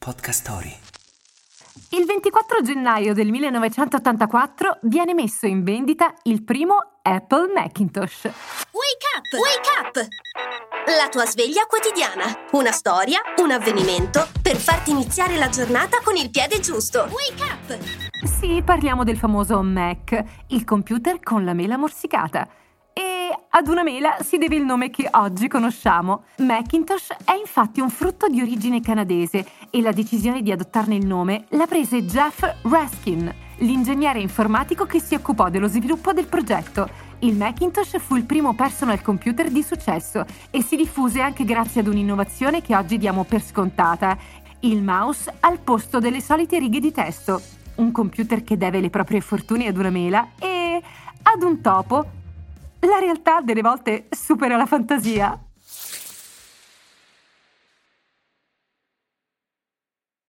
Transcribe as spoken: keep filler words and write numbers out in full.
Podcast Story. Il ventiquattro gennaio del millenovecentottantaquattro viene messo in vendita il primo Apple Macintosh. Wake up! Wake up! La tua sveglia quotidiana. Una storia, un avvenimento per farti iniziare la giornata con il piede giusto. Wake up! Sì, parliamo del famoso Mac, il computer con la mela morsicata. E ad una mela si deve il nome che oggi conosciamo. Macintosh è infatti un frutto di origine canadese e la decisione di adottarne il nome l'ha presa Jeff Raskin, l'ingegnere informatico che si occupò dello sviluppo del progetto. Il Macintosh fu il primo personal computer di successo e si diffuse anche grazie ad un'innovazione che oggi diamo per scontata: il mouse al posto delle solite righe di testo. Un computer che deve le proprie fortune ad una mela e ad un topo. La realtà delle volte supera la fantasia.